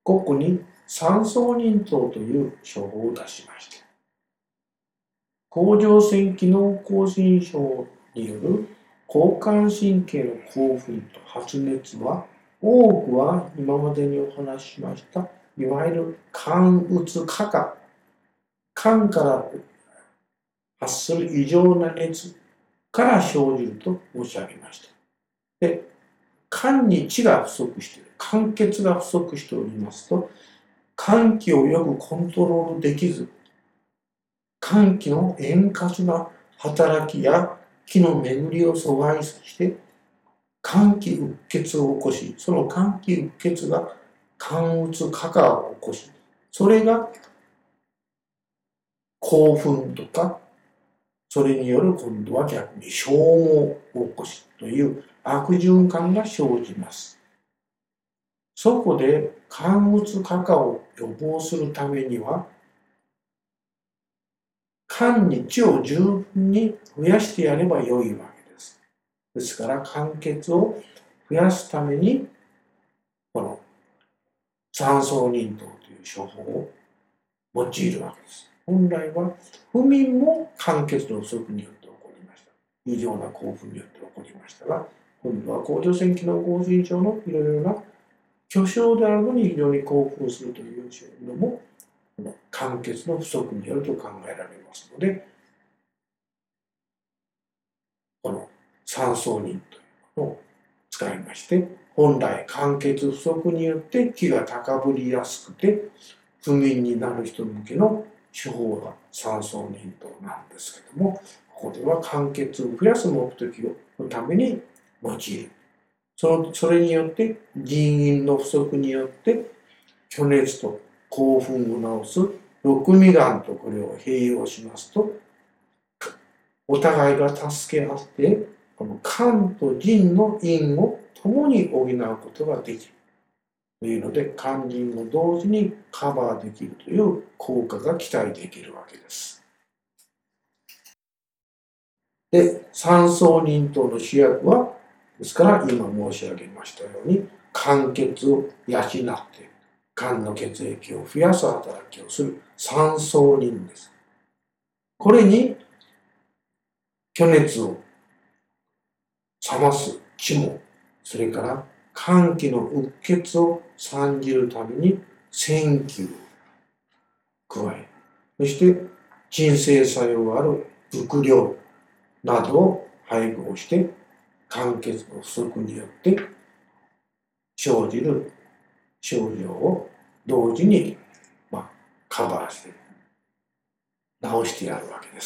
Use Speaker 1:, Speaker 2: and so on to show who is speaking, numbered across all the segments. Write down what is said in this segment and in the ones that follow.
Speaker 1: ここに三相忍等という処方を出しました。甲状腺機能亢進症による交感神経の興奮と発熱は、多くは今までにお話ししましたいわゆる肝うつ過過、肝から発する異常な熱から生じると申し上げました。で、肝に血が不足している、肝血が不足しておりますと、肝気をよくコントロールできず、肝気の円滑な働きや気の巡りを阻害して、肝気鬱血を起こし、その肝気鬱血が肝うつ過過を起こし、それが興奮とか、それによる今度は逆に消耗を起こしという悪循環が生じます。そこで肝うつ過過を予防するためには、肝に血を十分に増やしてやればよいわけです。ですから肝血を増やすために、この三相忍等という処方を用いるわけです。本来は不眠も肝血の不足によって起こりました。異常な興奮によって起こりましたが、今度は甲状腺機能亢進症のいろいろな巨匠であるのに非常に興奮するというのも、肝血の不足によると考えられますので、この三相忍というのを使いまして、本来肝血不足によって気が高ぶりやすくて不眠になる人向けの手法が三相忍等なんですけども、ここでは肝血を増やす目的のために用いる。それによって人員の不足によって虚熱と興奮を治す六味丸とこれを併用しますと、お互いが助け合ってこの肝と腎の陰を共に補うことができるというので、肝腎を同時にカバーできるという効果が期待できるわけです。で、三相忍等の主役は、ですから今申し上げましたように、肝血を養って肝の血液を増やす働きをする三相忍です。これに虚熱を冷ます血も、それから肝気の鬱血を参じるために線球を加え、そして鎮静作用ある伏量などを配合して肝血の不足によって生じる症状を同時に、カバーして治してやるわけです。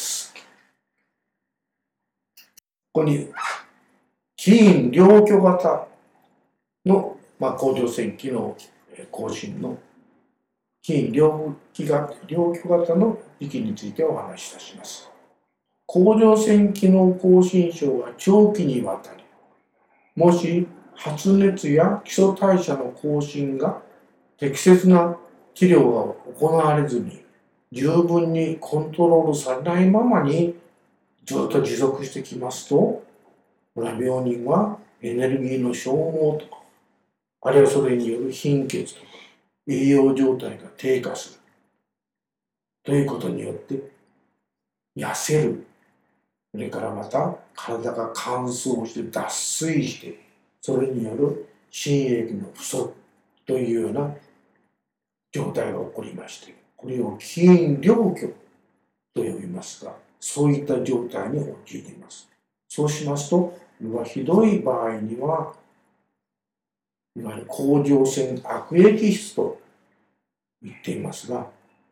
Speaker 1: ここに起因両虚型の、甲状腺機能亢進の起因両虚型の時期についてお話しいたします。甲状腺機能亢進症は長期にわたり、もし発熱や基礎代謝の更新が適切な治療が行われずに十分にコントロールされないままにずっと持続してきますと、病人はエネルギーの消耗とか、あるいはそれによる貧血とか栄養状態が低下するということによって痩せる、それからまた体が乾燥して脱水して、それによる心液の不足というような状態が起こりまして、これを起因両虚と呼びますが、そういった状態に陥ります。そうしますと、ひどい場合には、いわゆる甲状腺悪液質と言っていますが、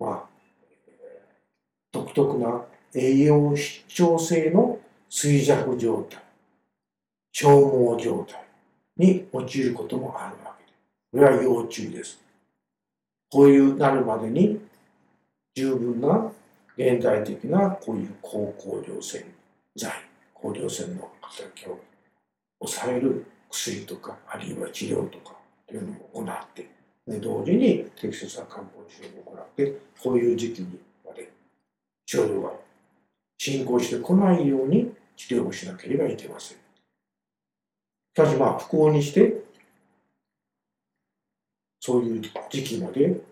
Speaker 1: 独特な栄養失調性の衰弱状態、消耗状態に陥ることもあるわけです。これは要注意です。こういうなるまでに十分な現代的なこういう抗甲状腺剤、甲状腺の働きを抑える薬とか、あるいは治療とかというのを行って、同時に適切な漢方治療を行って、こういう時期にまで症状が進行してこないように治療をしなければいけません。しかし不幸にしてそういう時期まで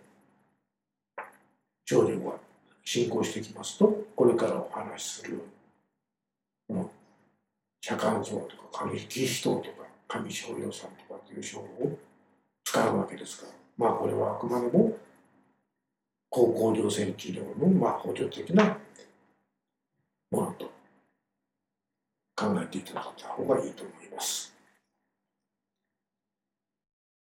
Speaker 1: 情力が進行してきますと、これからお話しするこの釈迦像とか神キリストとか神商用さんとかという称号を使うわけですから、まあこれはあくまでも高校量線治療の補助的なものと考えていただいた方がいいと思います。